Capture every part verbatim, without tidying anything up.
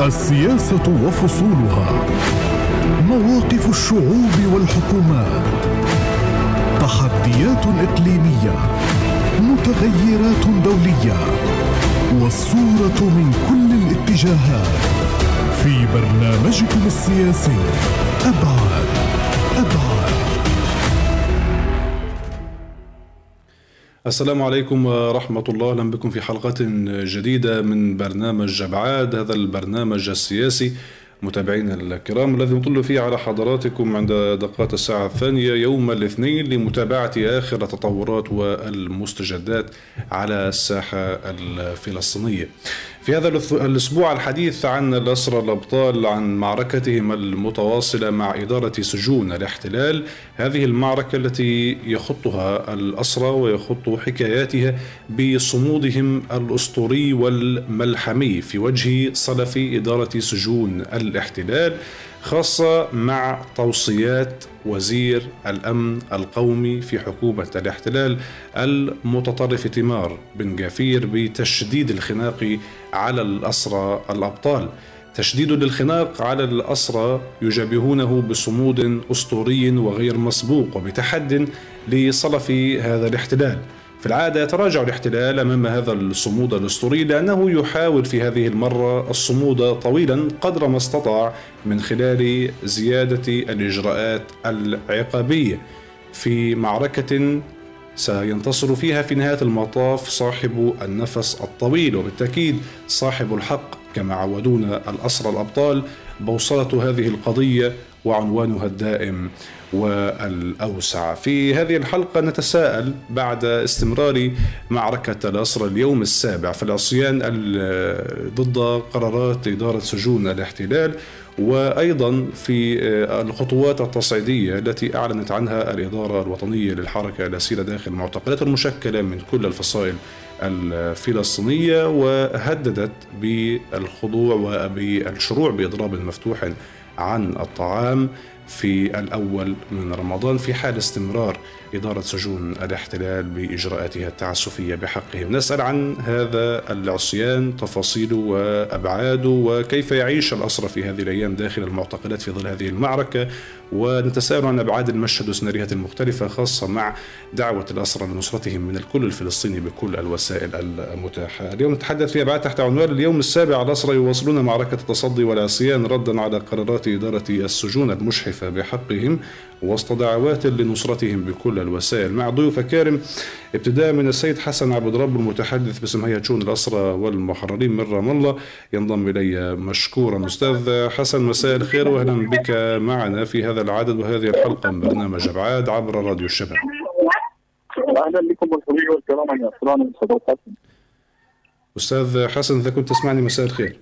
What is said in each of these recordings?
السياسة وفصولها، مواقف الشعوب والحكومات، تحديات إقليمية، متغيرات دولية، والصورة من كل الاتجاهات في برنامجكم السياسي أبعاد أبعاد. السلام عليكم ورحمة الله، أهلا بكم في حلقة جديدة من برنامج أبعاد، هذا البرنامج السياسي متابعينا الكرام الذي نطل فيه على حضراتكم عند دقات الساعة الثانية يوم الاثنين لمتابعة آخر التطورات والمستجدات على الساحة الفلسطينية. في هذا الأسبوع الحديث عن الأسرى الأبطال، عن معركتهم المتواصلة مع إدارة سجون الاحتلال، هذه المعركة التي يخطها الأسرى ويخط حكاياتها بصمودهم الأسطوري والملحمي في وجه صلف إدارة سجون الاحتلال، خاصة مع توصيات وزير الأمن القومي في حكومة الاحتلال المتطرف تيمار بن غفير بتشديد الخناق على الأسرى الأبطال. تشديد للخناق على الأسرى يجابهونه بصمود أسطوري وغير مسبوق وبتحد لصلف هذا الاحتلال. في العادة يتراجع الاحتلال أمام هذا الصمود الأسطوري لأنه يحاول في هذه المرة الصمود طويلا قدر ما استطاع من خلال زيادة الإجراءات العقابية في معركة سينتصر فيها في نهاية المطاف صاحب النفس الطويل، وبالتأكيد صاحب الحق كما عودونا الأسرى الأبطال. بوصلة هذه القضية وعنوانها الدائم والأوسع. في هذه الحلقة نتساءل بعد استمرار معركة الأسرى اليوم السابع في العصيان ضد قرارات إدارة سجون الاحتلال، وأيضا في الخطوات التصعيدية التي أعلنت عنها الإدارة الوطنية للحركة الأسيرة داخل المعتقلات المشكلة من كل الفصائل الفلسطينية، وهددت بالخضوع وبالشروع بإضراب مفتوح عن الطعام في الأول من رمضان في حال استمرار إدارة سجون الاحتلال بإجراءاتها التعسفية بحقهم. نسأل عن هذا العصيان، تفاصيله وأبعاده، وكيف يعيش الأسرى في هذه الأيام داخل المعتقلات في ظل هذه المعركة، ونتساءل عن أبعاد المشهد وسيناريوهات المختلفة خاصة مع دعوة الأسرى لنصرتهم من الكل الفلسطيني بكل الوسائل المتاحة. اليوم نتحدث في أبعاد تحت عنوان اليوم السابع، الأسرى يواصلون معركة التصدي والعصيان ردا على قرارات إدارة السجون المشحفة بحقهم وسط دعوات لنصرتهم بكل الوسائل، مع ضيوف كارم ابتداء من السيد حسن عبد الرب المتحدث باسم هيئة شؤون الأسرى والمحررين من رام الله، ينضم إلي مشكورا. أستاذ حسن مساء الخير وأهلا بك معنا في هذا العدد وهذه الحلقة من برنامج أبعاد عبر راديو الشباب. أهلا بكم بالحرية والكرامة يا أسران وصديقاتكم. أستاذ حسن إذا كنت تسمعني مساء الخير.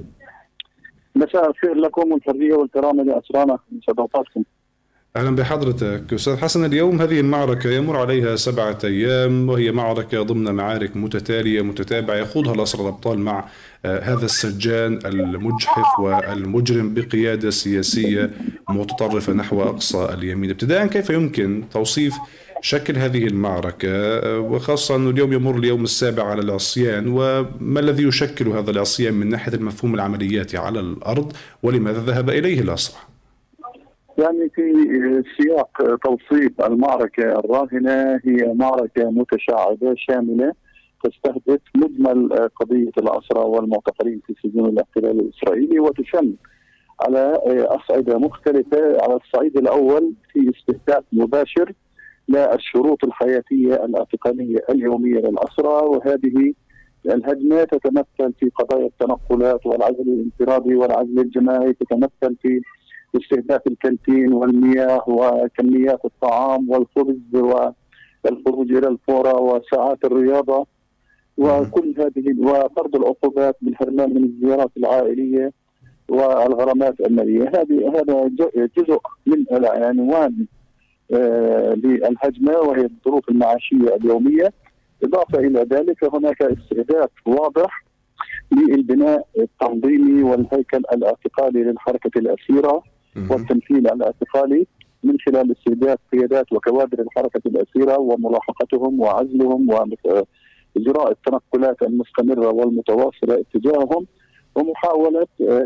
مساء الخير لكم والحرية والكرامة يا أسران وصديقاتكم. أهلا بحضرتك أستاذ حسن. اليوم هذه المعركة يمر عليها سبعة أيام، وهي معركة ضمن معارك متتالية متتابعة يخوضها الأسرى الأبطال مع هذا السجان المجحف والمجرم بقيادة سياسية متطرفة نحو أقصى اليمين. ابتداء كيف يمكن توصيف شكل هذه المعركة، وخاصة أنه اليوم يمر اليوم السابع على العصيان، وما الذي يشكل هذا العصيان من ناحية المفهوم العملياتي على الأرض، ولماذا ذهب إليه الأسرى؟ يعني في سياق توصيف المعركة الراهنة، هي معركة متشعبة شاملة تستهدف مجمل قضية الأسرى والمعتقلين في سجون الاحتلال الإسرائيلي، وتشمل على أصعدة مختلفة. على الصعيد الأول في استهداف مباشر للشروط الحياتية الاعتقالية اليومية للأسرى، وهذه الهجمة تتمثل في قضايا التنقلات والعزل الانفرادي والعزل الجماعي، تتمثل في استهداف الكانتين والمياه وكميات الطعام والخبز والخروج إلى الفورة وساعات الرياضة وكل هذه، وفرض العقوبات بالحرمان من الزيارات العائلية والغرامات المالية. هذه هذا جزء من العنوان آه للهجمة، وهي الظروف المعاشية اليومية. إضافة إلى ذلك هناك استهداف واضح للبناء التنظيمي والهيكل الاعتقالي للحركة الأسيرة والتمثيل الاعتقالي من خلال استهداف قيادات وكوادر الحركة الأسيرة وملاحقتهم وعزلهم وإجراء التنقلات المستمرة والمتواصلة اتجاههم، ومحاولة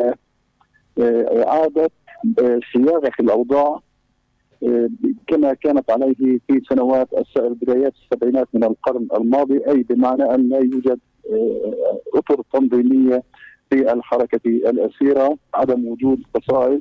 إعادة صياغة الأوضاع كما كانت عليه في سنوات بدايات السبعينات من القرن الماضي، أي بمعنى أن لا يوجد أطر تنظيمية في الحركة الأسيرة، عدم وجود فصائل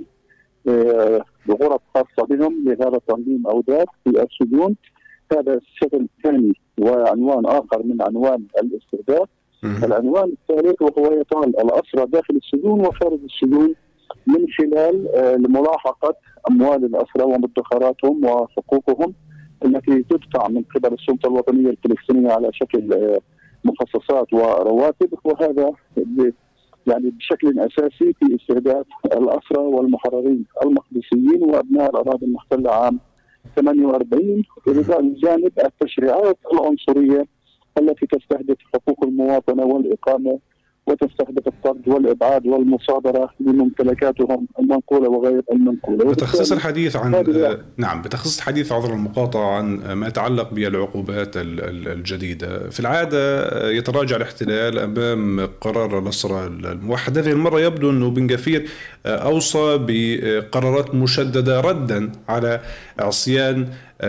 بغرف خاصة بهم لهذا التنظيم أو ذاك في السجون. هذا الشكل الثاني وعنوان آخر من عنوان الاستهداف. العنوان الثالث وهو يطال الأسرى داخل السجون وخارج السجون من خلال ملاحقة أموال الأسرى ومدخراتهم وحقوقهم التي تدفع من قبل السلطة الوطنية الفلسطينية على شكل مخصصات ورواتب، وهذا يعني بشكل أساسي في استهداف الأسرى والمحررين المقدسيين وأبناء الأراضي المحتلة عام ثمانية وأربعين، بجانب التشريعات العنصرية التي تستهدف حقوق المواطنة والإقامة وتستهدف الطرد والإبعاد والمصادرة لممتلكاتهم المنقولة وغير المنقولة. بتخصص الحديث عن آه نعم بتخصص الحديث عذر المقاطعة عن ما يتعلق بالعقوبات الجديدة. في العادة يتراجع الاحتلال أمام قرار الأسرى الموحد. هذه المرة يبدو أنه بن غفير أوصى بقرارات مشددة ردا على عصيان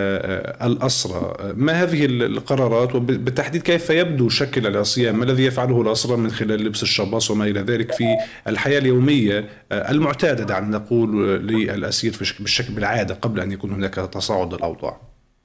الأسرى. ما هذه القرارات وبالتحديد كيف يبدو شكل العصيان؟ ما الذي يفعله الأسرى من خلال لبس الشباص وما إلى ذلك في الحياة اليومية المعتادة دعنا نقول للأسير بالشكل بالعادة قبل أن يكون هناك تصاعد الأوضاع؟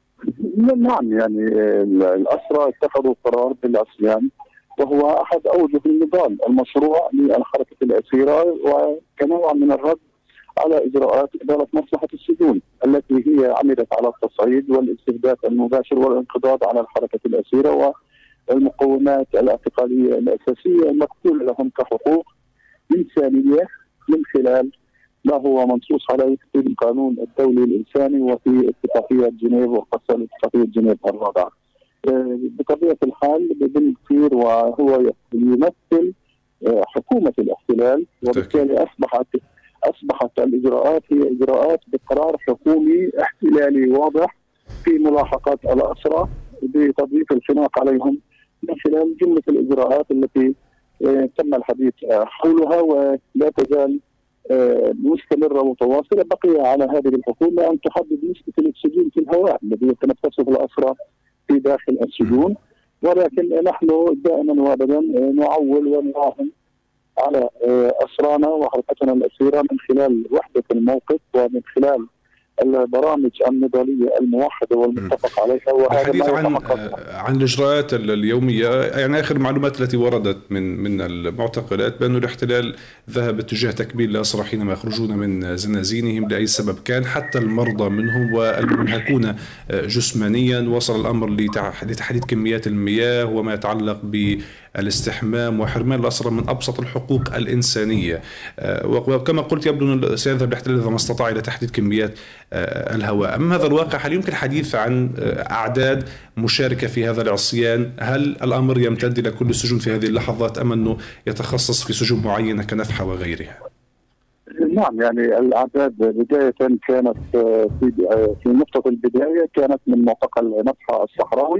نعم، يعني الأسرى اتخذوا قرار بالعصيان وهو أحد أوجه النضال المشروع للحركة الأسيرة وكنوع من الرد على إجراءات إدارة مصلحة السجون التي هي عملت على التصعيد والاستهداف المباشر والانقضاض على الحركة الأسيرة والمقومات الاعتقالية الأساسية المقبولة لهم كحقوق إنسانية من خلال ما هو منصوص عليه في القانون الدولي الإنساني وفي اتفاقية جنيف وخاصة اتفاقية جنيف الرابعة. بطبيعة الحال بن غفير وهو يمثل حكومة الاحتلال، وبالتالي أصبحت أصبحت الإجراءات هي إجراءات بقرار حكومي احتلالي واضح في ملاحقة الأسرى بتضييق الخناق عليهم من خلال جملة الإجراءات التي تم الحديث حولها ولا تزال مستمرة ومتواصلة. بقي على هذه الحكومة أن تحدد نسبة الأكسجين في الهواء الذي يتنفسه الأسرى في داخل السجون، ولكن نحن دائما وابدا نعول ونراهن على أسرانا وحركتنا الأسيرة من خلال وحدة الموقف ومن خلال البرامج النضالية الموحدة والمتفق عليها. وهذا الحديث عن عن الإجراءات اليومية، يعني آخر معلومات التي وردت من من المعتقلات بأن الاحتلال ذهب اتجاه تكبيل الأسرى حينما يخرجون من زنازينهم لأي سبب كان، حتى المرضى منهم والمنهكون جسمانيا. وصل الأمر لتحديد كميات المياه وما يتعلق بالاستحمام وحرمان الأسرى من أبسط الحقوق الإنسانية. وكما قلت يبدو أن سيذهب الاحتلال إذا ما استطاع إلى تحديد كميات الهواء. أما هذا الواقع، هل يمكن الحديث عن أعداد مشاركة في هذا العصيان؟ هل الأمر يمتد إلى كل السجون في هذه اللحظات أم أنه يتخصص في سجون معينة كنفحة وغيرها؟ نعم، يعني الأعداد بداية كانت في في نقطة البداية كانت من معتقل نفحة الصحراوي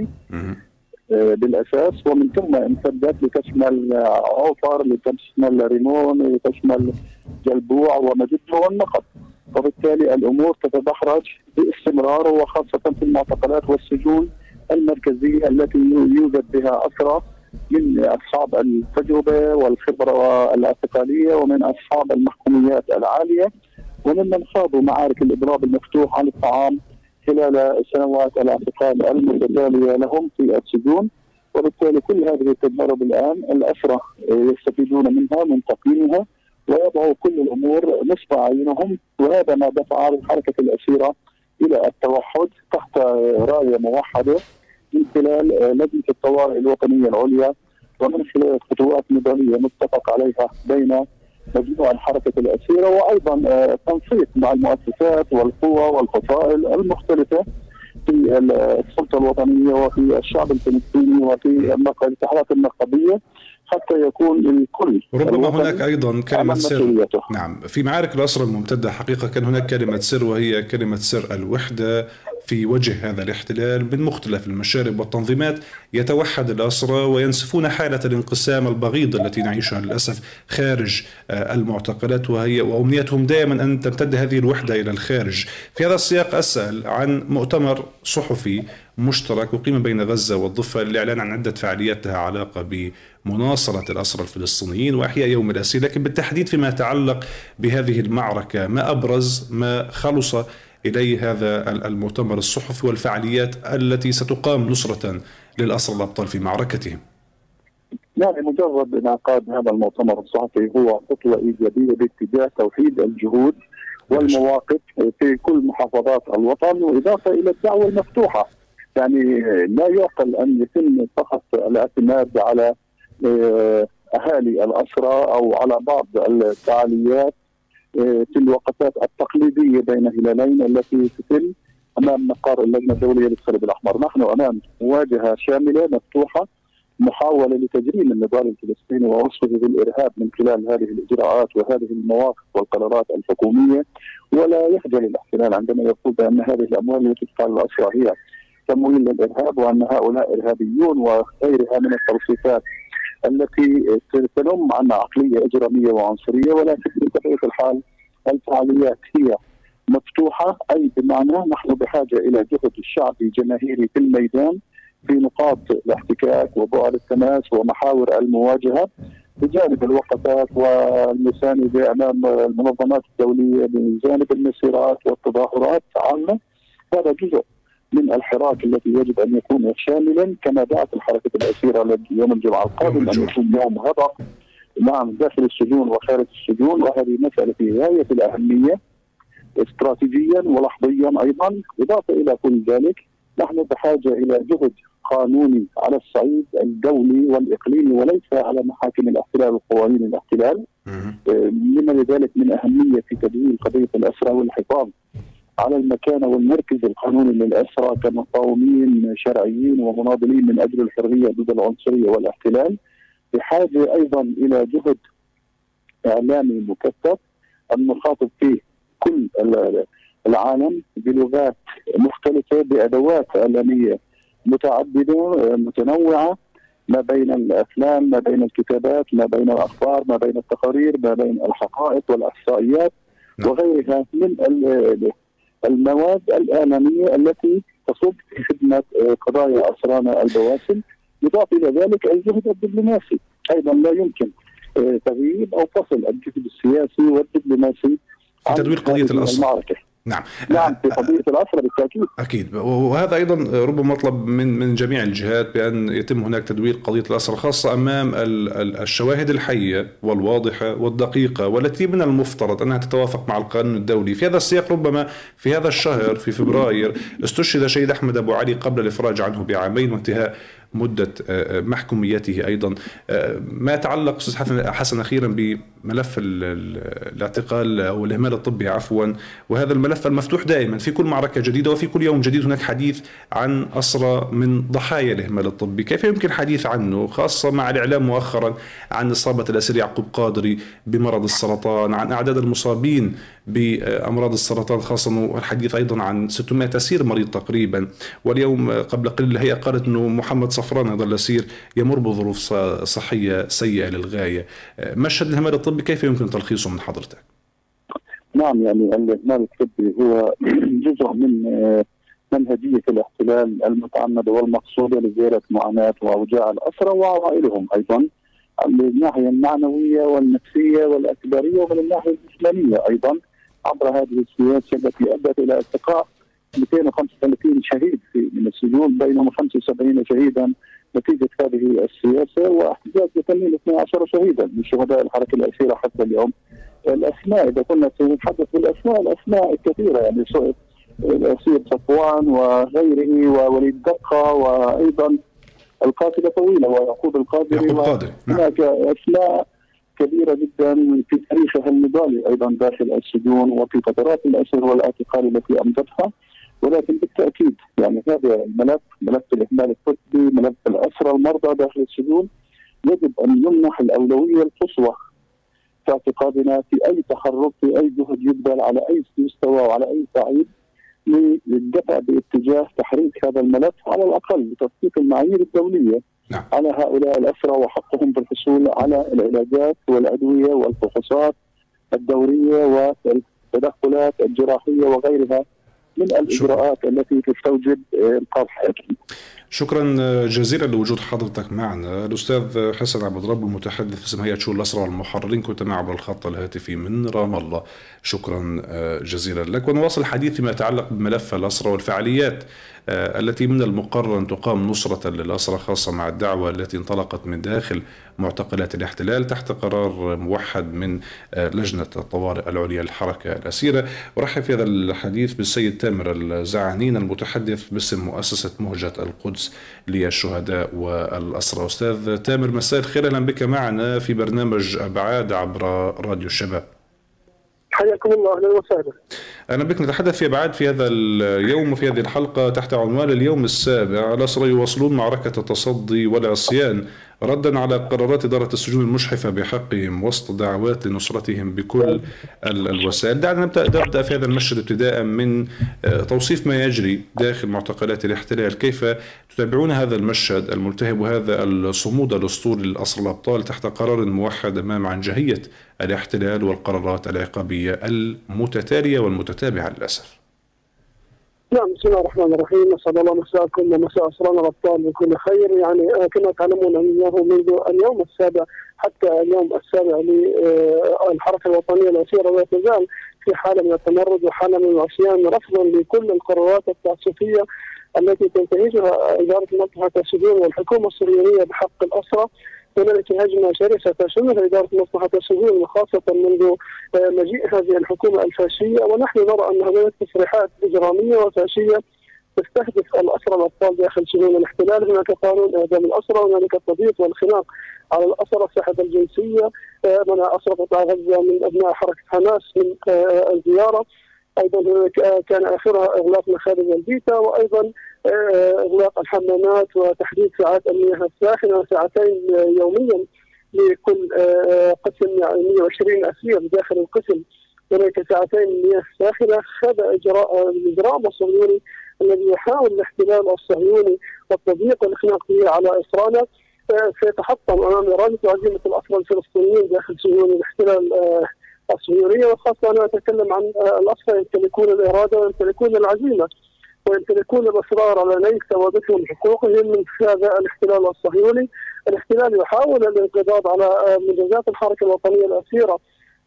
بالأساس، ومن ثم امتدت لتشمل عوفر، لتشمل ريمون، لتشمل جلبوع ومجده والنقب. وبالتالي الأمور تتدحرج باستمرار وخاصة في المعتقلات والسجون المركزية التي يوجد بها أسرى من أصحاب التجربة والخبرة الاعتقالية ومن أصحاب المحكوميات العالية وممن خاضوا معارك الإضراب المفتوح عن الطعام خلال سنوات الاعتقال المتتالية لهم في السجون. وبالتالي كل هذه التجارب الآن الأسرى يستفيدون منها من تقييمها ويضعوا كل الأمور نصب عينهم، وهذا ما دفع الحركة الأسيرة إلى التوحد تحت راية موحدة من خلال لجنة الطوارئ الوطنية العليا ومن خلال خطوات نضالية متفق عليها بين مجموعة الحركة الأسيرة، وأيضا تنسيق مع المؤسسات والقوى والفصائل المختلفة في السلطة الوطنية وفي الشعب الفلسطيني وفي الاتحادات النقابية حتى يكون الكل. ربما هناك أيضا كلمة سر. نعم، في معارك الأسرى الممتدة حقيقة كان هناك كلمة سر، وهي كلمة سر الوحدة في وجه هذا الاحتلال من مختلف المشارب والتنظيمات. يتوحد الأسرى وينسفون حالة الانقسام البغيض التي نعيشها للأسف خارج المعتقلات، وهي وأمنيتهم دائما أن تمتد هذه الوحدة إلى الخارج. في هذا السياق أسأل عن مؤتمر صحفي مشترك أقيم بين غزة والضفة للإعلان عن عدة فعاليات لها علاقة بمناصرة الأسرى الفلسطينيين وإحياء يوم الأسير، لكن بالتحديد فيما يتعلق بهذه المعركة، ما أبرز ما خلص إليه هذا المؤتمر الصحفي والفعاليات التي ستقام نصرة للأسرى الأبطال في معركتهم؟ يعني مجرد انعقاد هذا المؤتمر الصحفي هو خطوة إيجابية باتجاه توحيد الجهود والمواقف في كل محافظات الوطن، وإضافة إلى الدعوة المفتوحة. يعني لا يعقل أن يتم فقط الاعتماد على أهالي الأسرى أو على بعض الفعاليات في الوقفات التقليدية بين هلالين التي تتم أمام مقر اللجنة الدولية للصليب الأحمر. نحن أمام مواجهة شاملة مفتوحة، محاولة لتجريم النضال الفلسطيني ووصفه بالإرهاب من خلال هذه الإجراءات وهذه المواقف والقرارات الحكومية. ولا يخجل الاحتلال عندما يقول بأن هذه الأموال التي تدفع للأسرى هي تمويل للإرهاب، وأن هؤلاء إرهابيون وغيرها من التوصيفات التي تنم عن عقلية إجرامية وعنصرية. ولكن بطبيعة الحال الفعاليات هي مفتوحة، أي بمعنى نحن بحاجة إلى جهد الشعبي جماهيري في الميدان في نقاط الاحتكاك وبؤر التماس ومحاور المواجهة، بجانب الوقفات والمساندة أمام المنظمات الدولية، بجانب المسيرات والتظاهرات عامة. هذا جزء من الحراك الذي يجب أن يكون شاملا، كما دعت الحركة الأسيرة يوم الجمعة القادم أن يكون يوم هضبة نعم داخل السجون وخارج السجون، وهذه مسألة في غاية الأهمية استراتيجيا ولحظيا أيضا. إضافة إلى كل ذلك نحن بحاجة إلى جهد قانوني على الصعيد الدولي والإقليمي وليس على محاكم الاحتلال وقوانين الاحتلال، لما لذلك من أهمية في تدوين قضية الأسرى والحفاظ على المكانة والمركز القانوني للأسرى كمقاومين شرعيين ومناضلين من أجل الحرية ضد العنصرية والاحتلال. بحاجة أيضا إلى جهد إعلامي مكثف أن نخاطب فيه كل العالم بلغات مختلفة بأدوات إعلامية متعددة متنوعة، ما بين الأفلام، ما بين الكتابات، ما بين الأخبار، ما بين التقارير، ما بين الحقائق والإحصائيات وغيرها من المواد الإعلامية التي تصب في خدمة قضايا أسرانا البواسل. إضافة إلى ذلك الجهد الدبلوماسي، أيضا لا يمكن تغييب أو فصل الجهد السياسي والدبلوماسي في تدوير قضية الأسرى. نعم نعم في قضية الأسرى بالتأكيد. أكيد، وهذا أيضا ربما مطلب من من جميع الجهات بأن يتم هناك تدوير قضية الأسرى، خاصة أمام الشواهد الحية والواضحة والدقيقة والتي من المفترض أنها تتوافق مع القانون الدولي. في هذا السياق ربما في هذا الشهر في فبراير استشهد شهيد أحمد أبو علي قبل الإفراج عنه بعامين وانتهاء مدة محكوميته أيضا. ما يتعلق أستاذ حسن أخيرا بملف الاعتقال أو الإهمال الطبي عفوا، وهذا الملف المفتوح دائما في كل معركة جديدة وفي كل يوم جديد هناك حديث عن أسرى من ضحايا الإهمال الطبي، كيف يمكن حديث عنه خاصة مع الإعلام مؤخرا عن إصابة الأسير يعقوب قادري بمرض السرطان، عن أعداد المصابين بأمراض السرطان، خاصة والحديث أيضا عن ستمائة أسير مريض تقريبا، واليوم قبل قليل الهيئة قالت أنه محمد صفران هذا الأسير يمر بظروف صحية سيئة للغاية. مشهد الإهمال الطبي كيف يمكن تلخيصه من حضرتك؟ نعم، يعني الإهمال الطبي هو جزء من منهجية الاحتلال المتعمدة والمقصودة لزيادة معاناة وأوجاع الأسرى وعوائلهم أيضا من الناحية المعنوية والنفسية والاعتبارية ومن الناحية الإسلامية أيضا، عبر هذه السياسة التي أدت إلى ارتقاء مئتين وخمسة وثلاثين شهيد في من السجون، بينهم خمسة وسبعين شهيدا نتيجة هذه السياسة، واحتجاج بتمويل اثني عشر شهيدا من شهداء الحركة الأسيرة حتى اليوم. الأسماء إذا كنا سنتحدث بالأسماء، الأسماء الكثيرة يعني الأسير صفوان وغيره ووليد دقة وأيضا القاتلة طويلة ويعقوب القادري، هناك أسماء كبيرة جدا في تاريخها النضالي أيضا داخل السجون وفي فترات الأسر والاعتقال التي أمضتها. ولكن بالتأكيد يعني هذا الملف، ملف الإهمال الطبي، ملف الأسرى المرضى داخل السجون، يجب أن يمنح الأولوية القصوى في اعتقادنا في أي تحرك، في أي جهد يبذل على أي مستوى وعلى أي صعيد للدفع باتجاه تحريك هذا الملف على الأقل بتطبيق المعايير الدولية نعم. على هؤلاء الأسرى وحقهم بالحصول على العلاجات والأدوية والفحوصات الدورية والتدخلات الجراحية وغيرها من الإجراءات شكرا. التي تستوجب إنقاذ حياتهم. شكرا جزيلا لوجود حضرتك معنا. الأستاذ حسن عبد الرب المتحدث باسم هيئة شؤون الأسرى والمحررين، كنت معنا عبر الخط الهاتفي من رام الله. شكرا جزيلا لك. ونواصل الحديث فيما يتعلق بملف الأسرى والفعاليات التي من المقرر أن تقام نصرة للأسرى، خاصة مع الدعوة التي انطلقت من داخل معتقلات الاحتلال تحت قرار موحد من لجنة الطوارئ العليا للحركة الأسيرة. ورحب في هذا الحديث بالسيد تامر الزعانين المتحدث باسم مؤسسة مهجة القدس للشهداء والأسرى. أستاذ تامر مساء الخير، أهلا بك معنا في برنامج أبعاد عبر راديو الشباب. حياكم الله، اهلا وسهلا. أنا بك نتحدث في أبعاد في هذا اليوم وفي هذه الحلقة تحت عنوان اليوم السابع: الأسرى يواصلون معركة التصدي والعصيان ردا على قرارات إدارة السجون المجحفة بحقهم وسط دعوات لنصرتهم بكل الوسائل. دعنا نبدأ نبدأ في هذا المشهد ابتداء من توصيف ما يجري داخل معتقلات الاحتلال. كيف تتابعون هذا المشهد الملتهب وهذا الصمود الأسطوري للأسرى الأبطال تحت قرار موحد أمام عنجهية الاحتلال والقرارات العقابية المتتالية والمتتابعة للأسف؟ نعم، بسم الله الرحمن الرحيم. اسعد الله مساءكم ومساء اسرانا الابطال بكل خير. يعني كما تعلمون انه منذ اليوم السابع حتى اليوم السابع للحركه الوطنيه الاسيره لا تزال في حاله من التمرد وحاله من العصيان رفضا لكل القرارات التعسفيه التي تنتهجها اداره منطقه السجون والحكومه الصهيونيه بحق الاسرى. هنالك هجمه شرسه تشمل اداره مصلحه السجون وخاصه منذ مجيء هذه الحكومه الفاشيه، ونحن نرى ان هناك تصريحات اجراميه وفاشيه تستهدف الاسرى الابطال داخل سجون الاحتلال. هناك قانون اعدام الاسرى، وهناك التضييق والخناق على الاسرى، السحب الجنسيه، منع اسرى قطاع غزه من ابناء حركه حماس من الزياره. ايضا كان اخرها اغلاق مخابز البيتا، وايضا اغلاق الحمامات وتحديد ساعات المياه الساخنه ساعتين يوميا لكل قسم، يعني مئة وعشرين اسير داخل القسم هناك ساعتين مياه ساخنه. هذا اجراء الاجراء الصهيوني الذي يحاول الاحتلال الصهيوني والتضييق والاخناق به على اسرانا سيتحطم امام اراده وعزيمه الاسرى الفلسطينيين داخل سجون الاحتلال الصهيونيه، وخاصه انا اتكلم عن الاسرى يمتلكون الاراده ويمتلكون العزيمه ويمتلكون الاصرار على نيل ثوابتهم حقوقهم من هذا الاحتلال الصهيوني. الاحتلال يحاول الانقضاض على منجزات الحركه الوطنيه الاسيره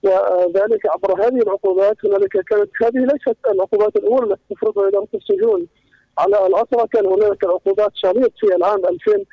وذلك عبر هذه العقوبات. هنالك كانت هذه ليست العقوبات الاولى التي تفرضها اداره السجون على الاسرى، كان هنالك عقوبات شريط في العام ألفين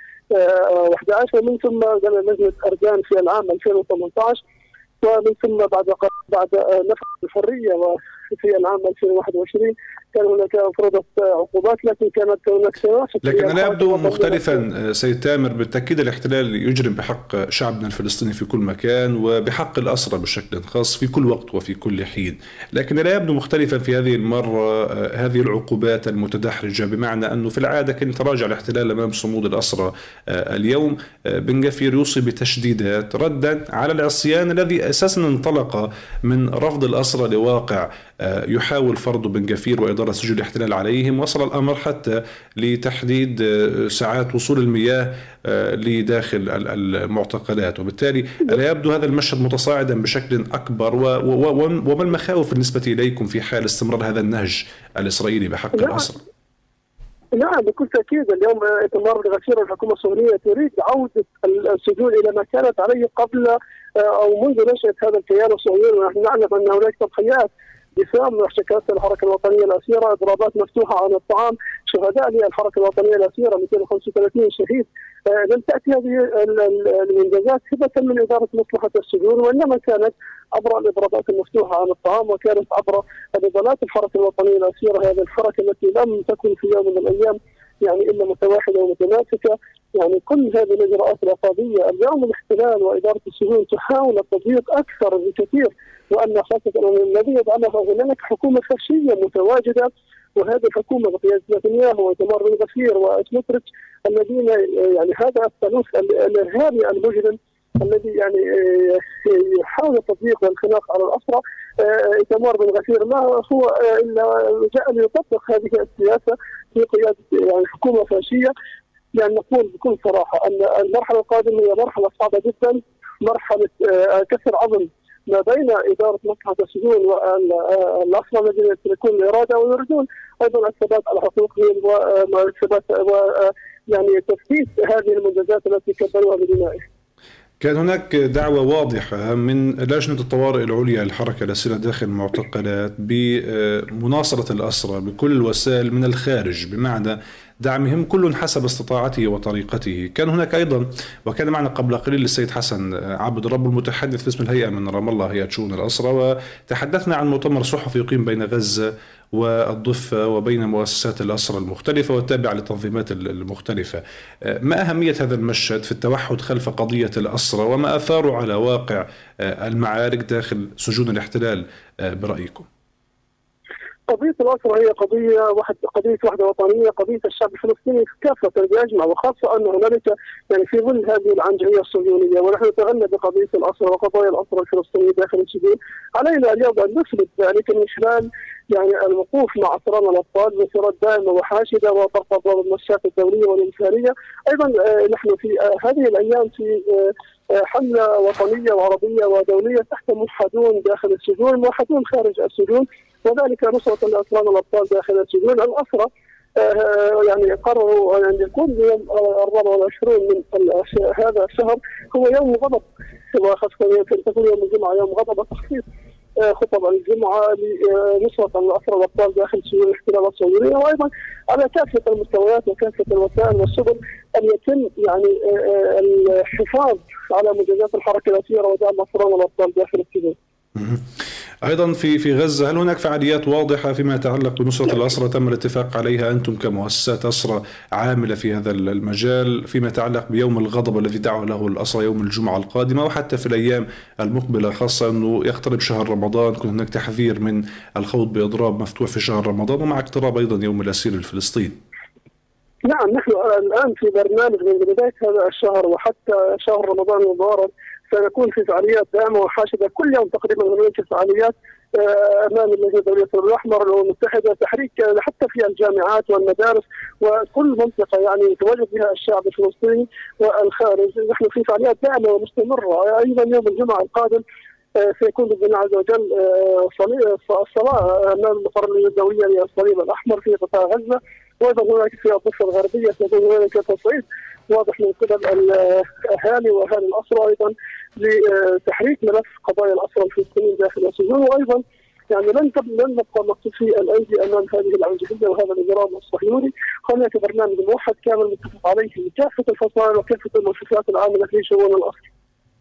وأحد عشر ومن ثم لجنه اردان في العام ألفين وثمانية عشر، ومن ثم بعد بعد نفذ الحريه وفي العام ألفين وواحد وعشرين كان هناك فرضت عقوبات، لكن كانت هناك سياسه. لكن لا يبدو مختلفا سيد تامر. بالتاكيد الاحتلال يجرم بحق شعبنا الفلسطيني في كل مكان وبحق الاسرى بشكل خاص في كل وقت وفي كل حين، لكن لا يبدو مختلفا في هذه المره هذه العقوبات المتدحرجه، بمعنى انه في العاده كان يتراجع الاحتلال امام صمود الاسرى. اليوم بن غفير يوصي بتشديدات ردا على العصيان الذي اساسا انطلق من رفض الاسرى لواقع يحاول فرض بن غفير وإدارة سجون الاحتلال عليهم. وصل الأمر حتى لتحديد ساعات وصول المياه لداخل المعتقلات، وبالتالي لا يبدو هذا المشهد متصاعدا بشكل أكبر. وما المخاوف بالنسبة إليكم في حال استمرار هذا النهج الإسرائيلي بحق الأسرى؟ نعم بكل تأكيد. اليوم إتمار بن غفير والحكومة الصهيونية تريد عودة السجون إلى ما كانت عليه قبل أو منذ نشأة هذا الكيان الصهيوني. ونحن نعلم أن هناك تضحيات دفاع محتكات الحركه الوطنيه الاسيره، اضرابات مفتوحه عن الطعام، شهداء للحركه الوطنيه الاسيره مئتين وخمسة وثلاثين شهيد. آه لم تاتي هذه الانجازات هبه من اداره مصلحه السجون، وانما كانت عبر الاضرابات المفتوحه عن الطعام، وكانت عبر نضالات الحركه الوطنيه الاسيره، هذه الحركه التي لم تكن في يوم من الايام يعني الا متواحده ومتماسكه. يعني كل هذه الاجراءات العقابيه اليوم الاحتلال واداره السجون تحاول التضييق اكثر بكثير وان خاصه الذي يجعلها هناك حكومه فاشيه متواجده، وهذه الحكومه بقياده نتنياهو وتمر بن غفير وسموتريتش الذين يعني هذا الثالوث الارهابي المجرم الذي يعني يحاول التضييق والخناق على الاسرى. تمر بن غفير ما هو الا جاء ليطبق هذه السياسه في قياده يعني حكومه فاشيه. يعني نقول بكل صراحه ان المرحله القادمه هي مرحله صعبه جدا، مرحله كسر عظم ما بين اداره مصلحه السجون والاسرى الذين يمتلكون الاراده ويريدون ايضا الثبات على حقوقهم والثبات يعني تثبيت هذه المنجزات التي كبروها بدمائهم. كان هناك دعوة واضحة من لجنة الطوارئ العليا للحركة الأسيرة داخل المعتقلات بمناصرة الأسرى بكل الوسائل من الخارج، بمعنى دعمهم كل حسب استطاعته وطريقته. كان هناك أيضا، وكان معنا قبل قليل السيد حسن عبد الرب المتحدث باسم الهيئة من رام الله، هيئة شؤون الأسرى، وتحدثنا عن مؤتمر صحفي يقيم بين غزة والضفة وبين مؤسسات الأسرى المختلفة والتابعة للتنظيمات المختلفة. ما أهمية هذا المشهد في التوحد خلف قضية الأسرى وما أثاره على واقع المعارك داخل سجون الاحتلال برأيكم؟ قضية الأسرى هي قضية واحد قضية وحدة وطنية، قضية الشعب الفلسطيني كافة بأجمع، وخاصة أن هنالك يعني في ظل هذه العنجهية الصهيونية ونحن نتغنى بقضية الأسرى وقضايا الأسرى الفلسطينية داخل السجون. علينا اليوم أن نثبت ذلك من خلال يعني الوقوف مع أسرانا الأبطال بصورة دائمة وحاشدة وضغط أبواب المؤسسات الدولية والإنسانية. أيضا نحن في هذه الأيام في حملة وطنية وعربية ودولية تحت موحدون داخل السجون، موحدون خارج السجون، وذلك نصرة لأسرانا الأبطال داخل السجون. الأسرى يعني قرروا أن يكون يوم الرابع والعشرون من هذا الشهر هو يوم غضب، وخاصة تكون يوم الجمعة يوم غضب وتخفيف خطب الجمعة لنصرة الأسرى الأبطال داخل سجون الاحتلال الصهيونية، وأيضا على كافة المستويات وكافة الوسائل والسبل أن يتم يعني الحفاظ على منجزات الحركة الأسيرة ودعم أسرانا الأبطال داخل السجون. أيضا في في غزة، هل هناك فعاليات واضحة فيما يتعلق بنصرة الأسرى تم الاتفاق عليها أنتم كمؤسسات أسرى عاملة في هذا المجال فيما يتعلق بيوم الغضب الذي دعوا له الأسرى يوم الجمعة القادمة، وحتى في الأيام المقبلة، خاصة أنه يقترب شهر رمضان، يكون هناك تحذير من الخوض بإضراب مفتوح في شهر رمضان، ومع اقتراب أيضا يوم الأسير الفلسطيني؟ نعم، نحن الآن في برنامج من بداية هذا الشهر وحتى شهر رمضان المبارك سنكون في فعاليات دائمة وحاشدة كل يوم تقريبا هناك فعاليات امام اللجنه الدوليه للصليب الاحمر والامم المتحده، تحريك حتى في الجامعات والمدارس وكل منطقه يعني يتواجد بها الشعب الفلسطيني والخارج. نحن في فعاليات دائمه ومستمره. ايضا يوم الجمعه القادم سيكون باذن الله عز وجل الصلاه امام مقر اللجنه الدوليه للصليب الاحمر في قطاع غزه، وايضا هناك في الضفه الغربيه سيكون هناك تصعيد واضح من قبل الاهالي واهالي الاسرى ايضا لتحريك ملف قضايا الاسرى الفلسطينيين داخل السجون. وايضا يعني لن لن نبقى مكتوفي الايدي امام هذه العنجهيه وهذا الاجرام الصهيوني. هناك برنامج موحد كامل متفق عليه من كافه الفصائل وكافه المؤسسات العامله في شؤون الاسرى.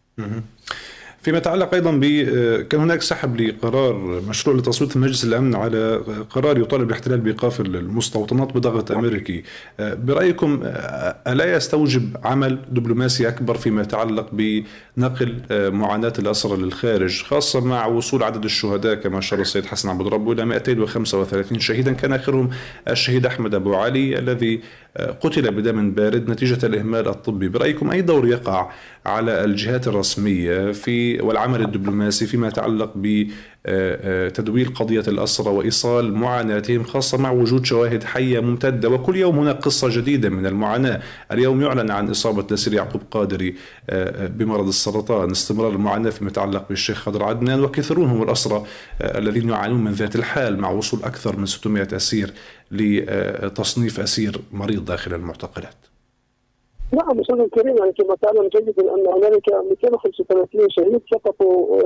فيما يتعلق أيضا ب كان هناك سحب لقرار مشروع لتصويت مجلس الأمن على قرار يطالب الاحتلال بإيقاف المستوطنات بضغط أمريكي. برأيكم ألا يستوجب عمل دبلوماسي أكبر فيما يتعلق بنقل معاناة الأسرى للخارج، خاصة مع وصول عدد الشهداء كما أشار السيد حسن عبد الرب إلى مئتين وخمسة وثلاثين شهيدا، كان آخرهم الشهيد أحمد أبو علي الذي قتل بدم بارد نتيجة الإهمال الطبي. برأيكم أي دور يقع على الجهات الرسمية في والعمل الدبلوماسي فيما يتعلق بتدوير قضية الأسرى وإيصال معاناتهم، خاصة مع وجود شواهد حية ممتدة وكل يوم هناك قصة جديدة من المعاناة؟ اليوم يعلن عن إصابة الأسير يعقوب قادري بمرض السرطان، استمرار المعاناة فيما يتعلق بالشيخ خضر عدنان، وكثيرون هم الأسرى الذين يعانون من ذات الحال مع وصول أكثر من ستمائة أسير لتصنيف أسير مريض داخل المعتقلات. نعم أستاذ الكريم، يعني كما تعلم جيدا أن هنالك مئتين وخمسة وثلاثين شهيد سقطوا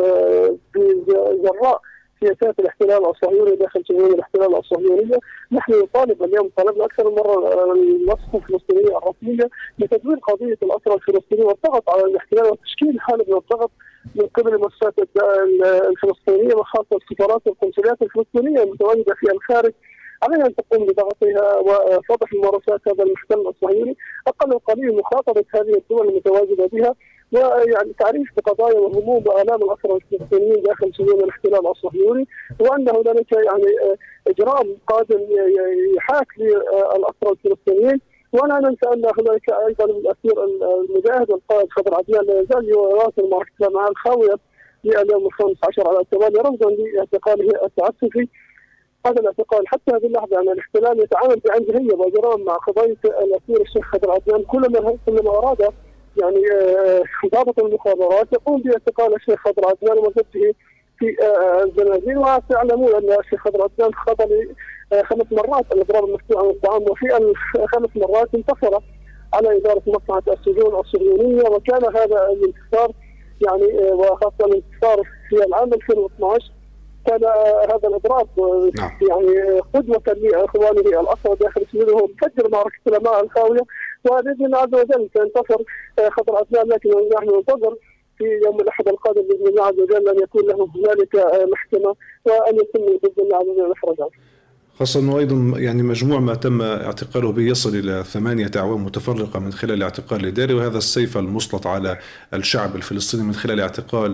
بجراء سياسات الاحتلال الصهيوني داخل سجون الاحتلال الصهيونية. نحن نطالب اليوم، طالبنا أكثر من مرة الوسط الفلسطينية الرسمية بتدوير قضية الأسرى الفلسطينيين والضغط على الاحتلال وتشكيل حالة من الضغط من قبل المؤسسات الفلسطينية وخاصة السفارات والقنصليات الفلسطينية المتواجدة في الخارج. علينا ان تقوم بضغطها وفضح ممارسات هذا المحتل الصهيوني، اقل القليل مخاطبه هذه الدول المتواجده بها ويعني تعريف بقضايا وهموم والام الاسرى الفلسطينيين داخل سجون الاحتلال الصهيوني، وان هنالك يعني اجرام قادم يحاك للاسرى الفلسطينيين. ولا ننسى ان هنالك ايضا الاسير المجاهد والقائد خضر عدنان لا يزال يواصل معركته مع الخاويه لليوم الخامس عشر على التوالي رفضا لاعتقاله التعسفي. هذا الاعتقال حتى هذه اللحظه يعني الاحتلال يتعامل بعنجهيه وجرام مع قضيه الاسير الشيخ خضر عدنان، كلما كلما اراد يعني ضابط المخابرات يقوم باعتقال الشيخ خضر عدنان ومسكته في الزنازين. وتعلمون ان الشيخ خضر عدنان خضر خمس مرات الاضراب المفتوحه والطعام، وفي الخمس مرات انتصر على اداره مصلحه السجون الصهيونيه، وكان هذا الانتصار يعني وخاصه الانتصار في العام ألفين واثني عشر كان هذا الاضراب يعني قدوه لاخوانه الاسرى داخل سجونهم، فجر معركه مع الخاويه، وباذن الله عز وجل سينتصر خضر عدنان. لكن نحن ننتظر في يوم الاحد القادم باذن الله عز وجل ان يكون له هنالك محكمه وان يتم باذن الله عز وجل اخراجه. خاصة أنه أيضا يعني مجموع ما تم اعتقاله به يصل إلى ثمانية أعوام متفرقة من خلال الاعتقال الإداري، وهذا السيف المسلط على الشعب الفلسطيني من خلال اعتقال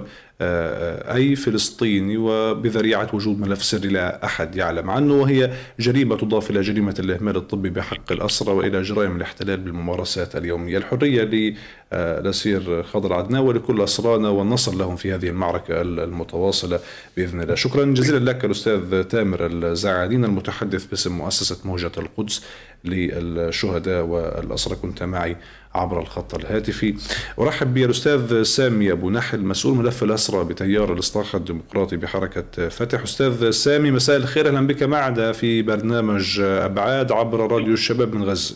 أي فلسطيني وبذريعة وجود ملف سري لا أحد يعلم عنه، وهي جريمة تضاف إلى جريمة الإهمال الطبي بحق الأسرى وإلى جرائم الاحتلال بالممارسات اليومية. الحرية للأسير خضر عدنان ولكل أسرانا والنصر لهم في هذه المعركة المتواصلة بإذن الله. شكرا جزيلا لك الأستاذ تامر الزعادين المتحدث باسم مؤسسة موجة القدس للشهداء والأسرى، كنت معي عبر الخط الهاتفي. أرحب بالأستاذ سامي أبو نحل مسؤول ملف الأسرى بتيار الإصلاح الديمقراطي بحركة فتح. أستاذ سامي مساء الخير، أهلا بك معنا في برنامج أبعاد عبر راديو الشباب من غزة.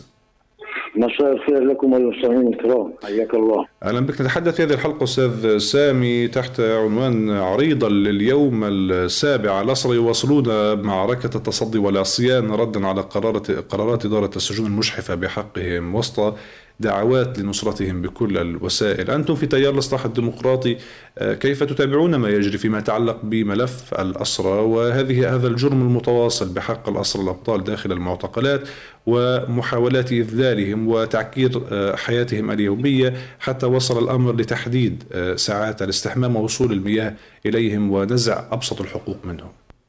مساء الخير لكم والمستمعين الكرام، حياك الله. اهلا بك. نتحدث في هذه الحلقه استاذ سامي تحت عنوان عريضه لليوم السابع. الاسرى يواصلون معركه التصدي والعصيان ردا على قرارات قرارات اداره السجون المجحفه بحقهم وسط دعوات لنصرتهم بكل الوسائل. أنتم في تيار الإصلاح الديمقراطي كيف تتابعون ما يجري فيما يتعلق بملف الأسرى وهذه هذا الجرم المتواصل بحق الأسرى الأبطال داخل المعتقلات ومحاولات إذلالهم وتعكير حياتهم اليومية حتى وصل الأمر لتحديد ساعات الاستحمام ووصول المياه إليهم ونزع أبسط الحقوق منهم؟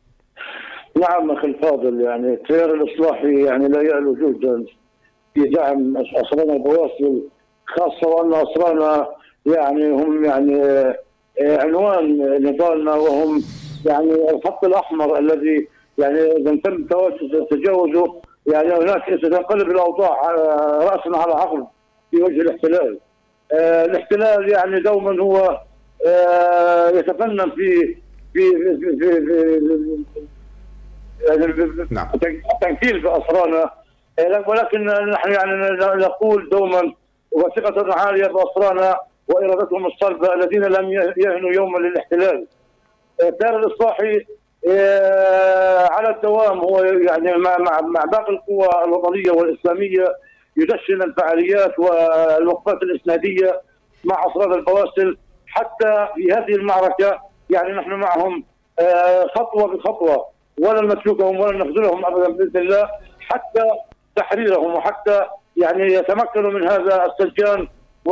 نعم أخي الفاضل، يعني التيار الإصلاحي يعني لا يعلو جهدا في دعم أسرانا البواسل، خاصة وأن أسرانا يعني هم يعني عنوان نضالنا، وهم يعني الخط الأحمر الذي يعني إذا تم تجاوزه يعني هناك ستنقلب الأوضاع رأسا على عقب في وجه الاحتلال. آه الاحتلال يعني دوما هو آه يتفنن في في في, في, في يعني التنكيل بأسرانا، ولكن نحن يعني نقول دوما وثقة عالية بأسرانا وإرادتهم الصلبة الذين لم يهنوا يوما للاحتلال. التيار الإصلاحي على الدوام هو يعني مع مع باقي القوى الوطنية والإسلامية يدشن الفعاليات والوقفات الإسنادية مع أسرار البواسل حتى في هذه المعركة. يعني نحن معهم خطوة بخطوة، ولن نتركهم ولن نخذلهم أبدا بإذن الله حتى تحريرهم وحتى يعني يتمكنوا من هذا السجان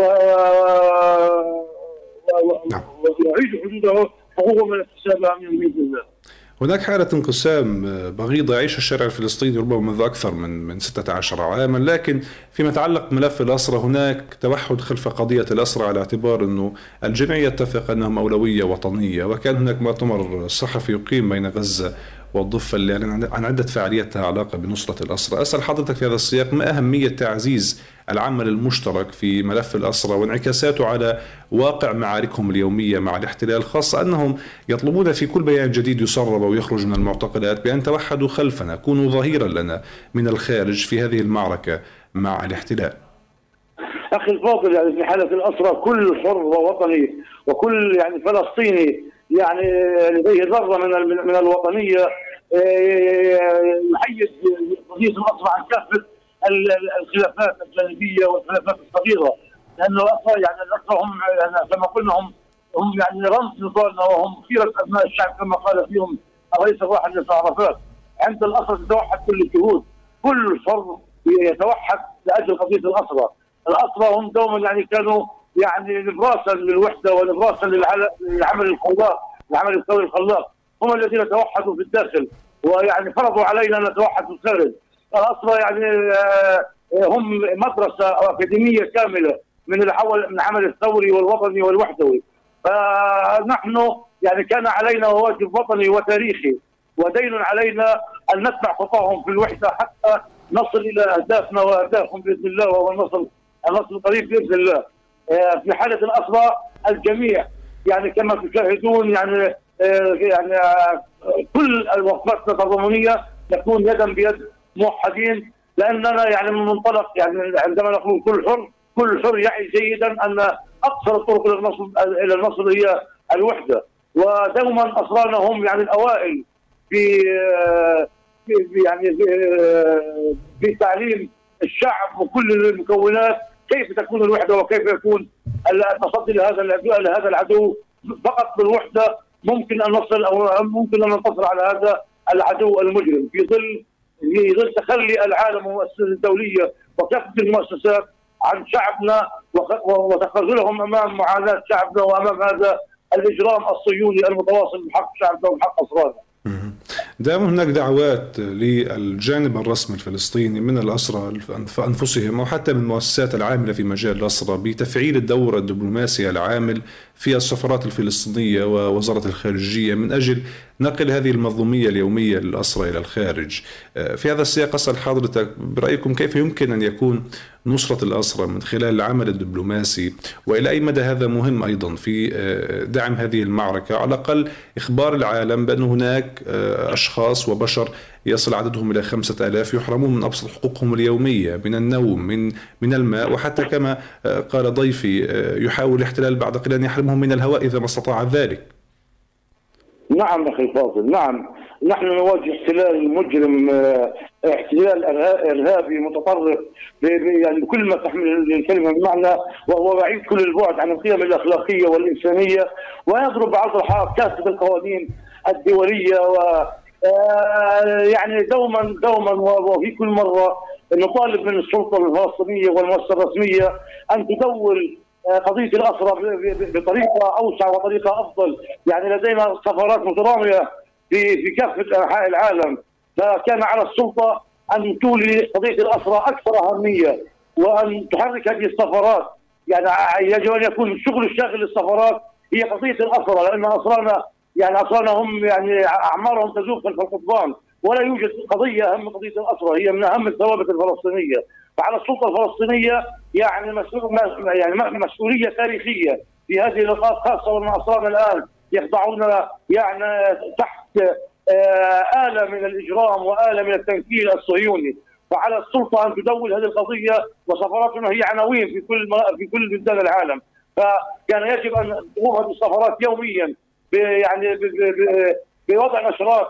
ويعيدوا حدوده حقوقهم الاكتسابها من بإذن الله. هناك حالة انقسام بغيضة يعيش الشارع الفلسطيني ربما منذ أكثر من من ستة عشر عاما، لكن فيما يتعلق بملف الأسرى هناك توحد خلف قضية الأسرى على اعتبار أنه الجميع يتفق أنهم أولوية وطنية. وكان هناك مؤتمر صحفي يقيم بين غزة والضفة اللي يعني عن عدة فعاليات لها علاقة بنصرة الأسرى. أسأل حضرتك في هذا السياق ما أهمية تعزيز العمل المشترك في ملف الأسرى وانعكاساته على واقع معاركهم اليومية مع الاحتلال، خاصة أنهم يطلبون في كل بيان جديد يسرب ويخرج من المعتقلات بأن توحدوا خلفنا، كونوا ظهيرا لنا من الخارج في هذه المعركة مع الاحتلال. أخي الفاضل، يعني في حالة الأسرى كل حر ووطني وكل يعني فلسطيني يعني لديه ذرة من من الوطنية يحيز قضية الأسرى عن كافة الخلافات الجانبية والخلافات الصغيرة، لأن الأسرى يعني الأسرى هم يعني كما قلنا هم هم يعني رمز نضالنا وهم خيرة أبناء الشعب كما قال فيهم الرئيس الراحل ياسر عرفات. عند الأسرى تتوحد كل الجهود، كل فرد يتوحد لأجل قضية الأسرى. الأسرى هم دوما يعني كانوا يعني نبراسا للوحده ونبراسا للعمل الخلاق، العمل الثوري الخلاق، هم الذين توحدوا في الداخل ويعني فرضوا علينا ان نتوحد في الخارج. اصلا يعني هم مدرسه او اكاديميه كامله من العمل من العمل الثوري والوطني والوحدوي. فنحن يعني كان علينا واجب وطني وتاريخي ودين علينا ان نتبع خطاهم في الوحده حتى نصل الى اهدافنا واهدافهم باذن الله، وهو النصر النصر القريب باذن الله. في حاله الاسرى الجميع يعني كما تشاهدون يعني يعني كل وقفتنا التضامنيه تكون يدا بيد موحدين، لاننا يعني من منطلق يعني عندما نقول كل حر كل حر يعي جيدا ان اقصر الطرق الى النصر الى النصر هي الوحده. ودوما اصرارنا هم يعني الاوائل في يعني في تعليم الشعب وكل المكونات كيف تكون الوحده وكيف يكون التصدي لهذا لهذا العدو. فقط بالوحده ممكن ان نصل او ممكن ان ننتصر على هذا العدو المجرم في ظل في ظل تخلي العالم والمؤسسات الدوليه وكافه المؤسسات عن شعبنا وتخاذلهم امام معاناه شعبنا وامام هذا الاجرام الصهيوني المتواصل بحق شعبنا وبحق اسرارنا. دائما هناك دعوات للجانب الرسمي الفلسطيني من الأسرى أنفسهم أو حتى من المؤسسات العاملة في مجال الأسرى بتفعيل الدور الدبلوماسي العامل في السفارات الفلسطينية ووزارة الخارجية من أجل نقل هذه المظلومية اليومية للأسرى إلى الخارج. في هذا السياق أسأل حضرتك برأيكم كيف يمكن أن يكون نصرة الأسرى من خلال العمل الدبلوماسي، وإلى أي مدى هذا مهم أيضا في دعم هذه المعركة، على الأقل إخبار العالم بأن هناك أشخاص وبشر يصل عددهم إلى خمسة آلاف يحرمون من أبسط حقوقهم اليومية من النوم من من الماء، وحتى كما قال ضيفي يحاول الاحتلال بعد قليل أن يحرمهم من الهواء إذا ما استطاع ذلك. نعم أخي الفاضل، نعم نحن نواجه احتلال مجرم، احتلال إرهابي متطرف يعني بكل ما تحمل الكلمة بمعنى، وهو بعيد كل البعد عن القيم الأخلاقية والإنسانية، ويضرب بعرض الحائط كافة القوانين الدولية. و يعني دوما دوما وفي كل مرة نطالب من السلطة الفلسطينية والمؤسسة الرسمية أن تدور قضية الأسرى بطريقة أوسع وطريقة أفضل. يعني لدينا سفارات مترامية في في كافة أنحاء العالم، فكان على السلطة أن تولي قضية الأسرى أكثر أهمية وأن تحرك هذه السفارات. يعني يجب أن يكون الشغل الشاغل للسفارات هي قضية الأسرى، لأن أسرانا يعني أسرانا هم يعني أعمارهم تذوب خلف القضبان، ولا يوجد قضية أهم قضية الأسرى، هي من أهم الثوابت الفلسطينية. فعلى السلطة الفلسطينية يعني مسؤول يعني مسؤولية تاريخية في هذه النقاط، خاصة وأن أسرانا الآن يخضعون يعني تحت آلة من الإجرام وآلة من التنكيل الصهيوني. فعلى السلطة أن تدول هذه القضية، وسفاراتنا هي عناوين في كل في كل بلدان العالم. فكان يجب أن تقوم هذه السفارات يوميا يعني بوضع نشرات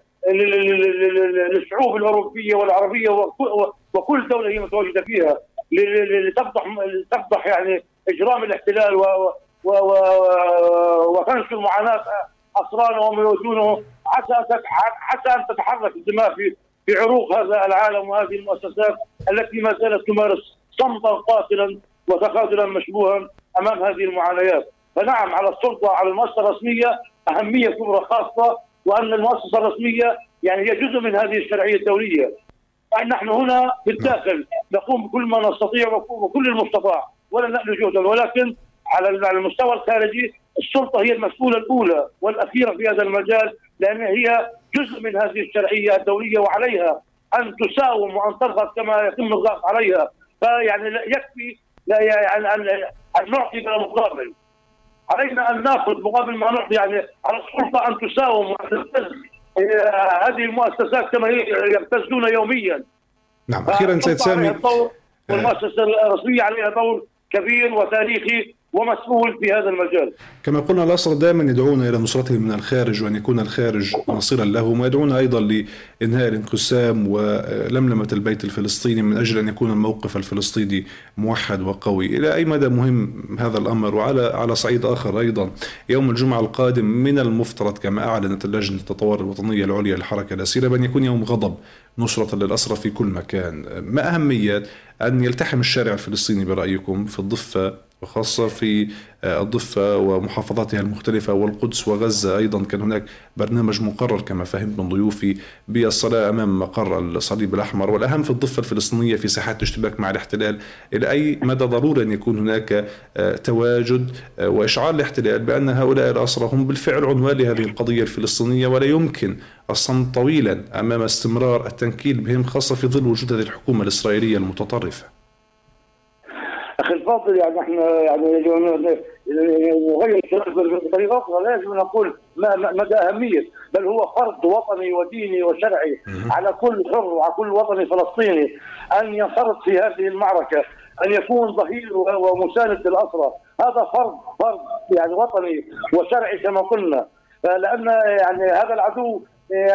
للشعوب الأوروبية والعربية وكل دولة هي متواجدة فيها لتفضح تفضح يعني إجرام الاحتلال وتنشر معاناة أسرانا وهم يواجهونه، حتى حتى أن تتحرك الدماء في في عروق هذا العالم وهذه المؤسسات التي ما زالت تمارس صمتا قاتلا وتخاذلا مشبوها أمام هذه المعانيات. فنعم على السلطة على المؤسسة الرسمية أهمية كبرى خاصة، وأن المؤسسة الرسمية يعني هي جزء من هذه الشرعية الدولية. نحن هنا في الداخل نقوم بكل ما نستطيع وكل المستطاع ولا نأل جهدا، ولكن على المستوى الخارجي السلطة هي المسؤولة الأولى والأخيرة في هذا المجال، لأن هي جزء من هذه الشرعية الدولية، وعليها أن تساوم وأن تضغط كما يتم الضغط عليها. فيعني لا يكفي لا يعني أن نعطي بلا مقابل، علينا أن نأخذ مقابل ما نعطي. يعني على السلطة أن تساوم وأن تبتز هذه المؤسسات كما يبتزون يوميا. نعم. أخيرا سيد سامي، والمؤسسة الرسمية عليها دور كبير وتاريخي ومسؤول في هذا المجال. كما قلنا الأسرى دائما يدعون إلى نصرتهم من الخارج وأن يكون الخارج نصيرا لهم، ويدعون أيضا لإنهاء الانقسام ولملمة البيت الفلسطيني من أجل أن يكون الموقف الفلسطيني موحد وقوي. إلى أي مدى مهم هذا الأمر؟ وعلى على صعيد آخر أيضا، يوم الجمعة القادم من المفترض كما أعلنت اللجنة التطوار الوطنية العليا للحركة الأسيرة بأن يكون يوم غضب نصرة للأسرى في كل مكان. ما أهمية أن يلتحم الشارع الفلسطيني برأيكم في الضفة وخاصة في الضفة ومحافظاتها المختلفة والقدس وغزة. أيضا كان هناك برنامج مقرر كما فهمت من ضيوفي بالصلاة أمام مقر الصليب الأحمر، والأهم في الضفة الفلسطينية في ساحات الاشتباك مع الاحتلال. إلى أي مدى ضروري أن يكون هناك تواجد وإشعار الاحتلال بأن هؤلاء الأسرى هم بالفعل عنوان لهذه القضية الفلسطينية، ولا يمكن الصمت طويلا أمام استمرار التنكيل بهم، خاصة في ظل وجود هذه الحكومة الإسرائيلية المتطرفة؟ اخي الفاضل، يعني احنا يعني نغير الكلام بطريقه اخرى، لازم نقول مدى اهميه، بل هو فرض وطني وديني وشرعي على كل حر وعلى كل وطني فلسطيني ان ينخرط في هذه المعركه، ان يكون ظهير ومساند للاسرى. هذا فرض فرض يعني وطني وشرعي كما قلنا، لان يعني هذا العدو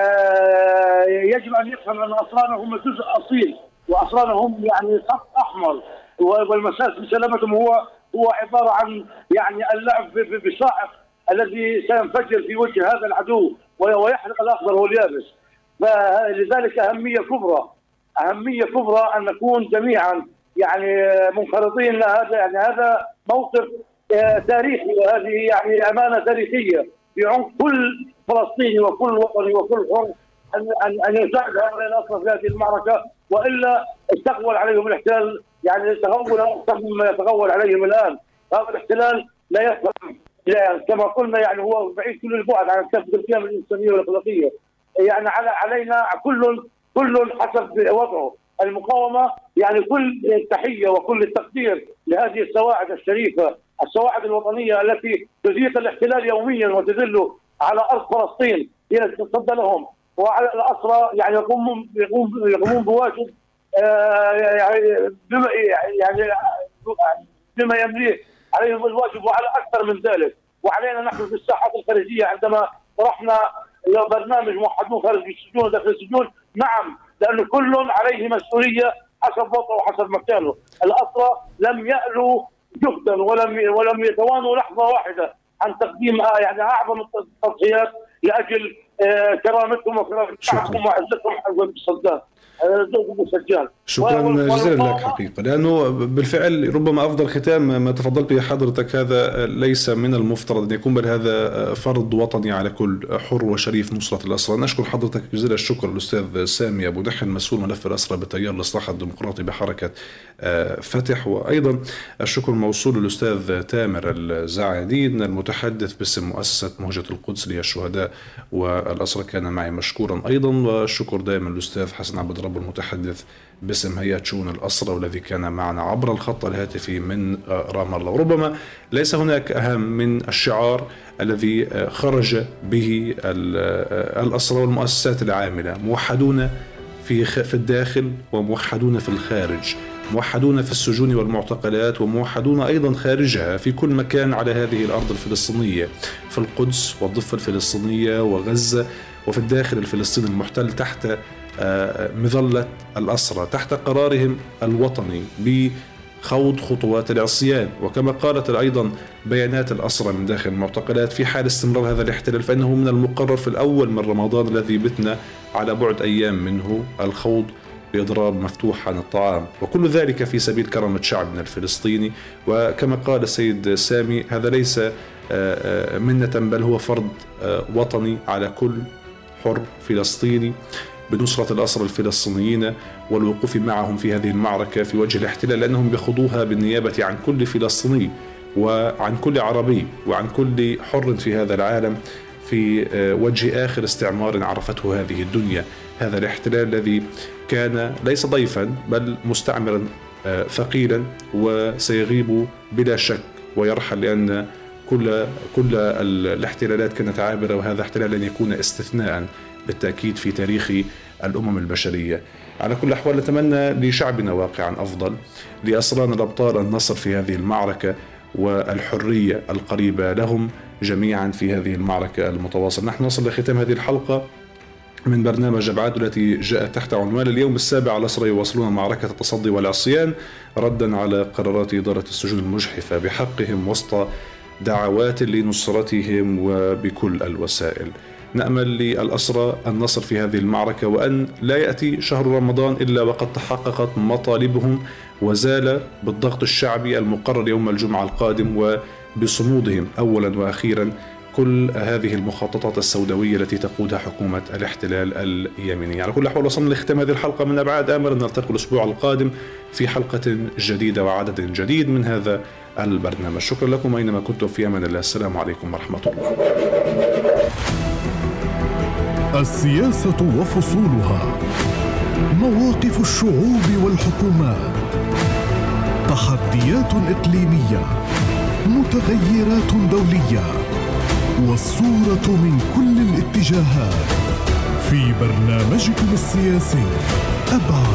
يجب ان يفهم ان اسرانا هم جزء اصيل، واسرانا هم يعني خط احمر، والمساس بسلامتهم هو هو عباره عن يعني اللعب بالصاعق الذي سينفجر في وجه هذا العدو ويحرق الاخضر واليابس. فلذلك اهميه كبرى اهميه كبرى ان نكون جميعا يعني منخرطين لهذا، يعني هذا موقف تاريخي، وهذه يعني امانه تاريخيه في عمق كل فلسطيني وكل وطني وكل حر ان ان ان يساعد هؤلاء الاسرى في هذه المعركه، والا استغول عليهم الاحتلال، يعني تغول ما يتغول عليهم الان. هذا الاحتلال لا يفهم، لا كما قلنا يعني هو بعيد كل البعد عن كافه القيم الانسانيه والاخلاقيه. يعني على علينا كل كل حسب وضعه. المقاومه يعني كل التحيه وكل التقدير لهذه السواعد الشريفه، السواعد الوطنيه التي تذيق الاحتلال يوميا وتذل على ارض فلسطين، هي تتصدى لهم، وعلى الاسرى يعني يقومون يقومون يقومون بواجب يعني بما يعني بما يمليه عليهم الواجب وعلى اكثر من ذلك. وعلينا نحن في الساحات الخارجيه عندما طرحنا برنامج موحدون خارج السجون وداخل السجون، نعم، لأن كل عليه مسؤوليه حسب وضعه وحسب مكانه. الاسرى لم يألوا جهدا ولم ولم يتوانوا لحظه واحده عن تقديم يعني اعظم التضحيات لاجل كرامتهم وكرامه شعبهم وعزتهم حسب الصدام. شكرا جزيلا لك حقيقة، لأنه بالفعل ربما أفضل ختام ما تفضلت به حضرتك، هذا ليس من المفترض أن يكون، بل هذا فرض وطني على كل حر وشريف نصرة الأسرى. نشكر حضرتك جزيل الشكر الأستاذ سامي أبو دحن، مسؤول ملف الأسرى بالتيار الإصلاح الديمقراطي بحركة فتح، وأيضا الشكر موصول للأستاذ تامر الزعادين المتحدث باسم مؤسسة مهجة القدس للشهداء والأسرى، كان معي مشكورا أيضا. والشكر دائما للأستاذ حسن عبد الرب المتحدث باسم هيئة شؤون الأسرى والذي كان معنا عبر الخط الهاتفي من رام الله. وربما ليس هناك أهم من الشعار الذي خرج به الأسرى والمؤسسات العاملة: موحدون في في الداخل وموحدون في الخارج، موحدون في السجون والمعتقلات وموحدون أيضا خارجها في كل مكان على هذه الأرض الفلسطينية، في القدس والضفة الفلسطينية وغزة، وفي الداخل الفلسطيني المحتل تحت مظلة الأسرى، تحت قرارهم الوطني بخوض خطوات العصيان. وكما قالت أيضا بيانات الأسرى من داخل المعتقلات، في حال استمرار هذا الاحتلال فإنه من المقرر في الأول من رمضان الذي بتنا على بعد أيام منه الخوض بإضراب مفتوح عن الطعام، وكل ذلك في سبيل كرامة شعبنا الفلسطيني. وكما قال السيد سامي، هذا ليس منة بل هو فرض وطني على كل حر فلسطيني بنصرة الأسرى الفلسطينيين والوقوف معهم في هذه المعركة في وجه الاحتلال، لأنهم بيخوضوها بالنيابة عن كل فلسطيني وعن كل عربي وعن كل حر في هذا العالم في وجه آخر استعمار عرفته هذه الدنيا. هذا الاحتلال الذي كان ليس ضيفا بل مستعمرا ثقيلا، وسيغيب بلا شك ويرحل، لأن كل كل الاحتلالات كانت عابرة، وهذا احتلال لن يكون استثناء بالتأكيد في تاريخ الأمم البشرية. على كل الأحوال نتمنى لشعبنا واقعا أفضل، لأسرانا الأبطال النصر في هذه المعركة والحرية القريبة لهم جميعا في هذه المعركة المتواصلة. نحن نصل لختام هذه الحلقة من برنامج أبعاد التي جاءت تحت عنوان اليوم السابع الأسرى يواصلون معركة التصدي والعصيان، ردا على قرارات إدارة السجون المجحفة بحقهم وسط دعوات لنصرتهم وبكل الوسائل. نأمل للأسرى النصر في هذه المعركة، وأن لا يأتي شهر رمضان إلا وقد تحققت مطالبهم وزال بالضغط الشعبي المقرر يوم الجمعة القادم وبصمودهم أولا وأخيرا كل هذه المخططات السوداوية التي تقودها حكومة الاحتلال اليمني. على كل حال وصلنا لختام هذه الحلقة من أبعاد آمل، أن نلتقي الأسبوع القادم في حلقة جديدة وعدد جديد من هذا البرنامج. شكرا لكم أينما كنتم، في أمان الله. السلام عليكم ورحمة الله. السياسة وفصولها، مواقف الشعوب والحكومات، تحديات إقليمية، متغيرات دولية، والصورة من كل الاتجاهات في برنامجكم السياسي أبعاد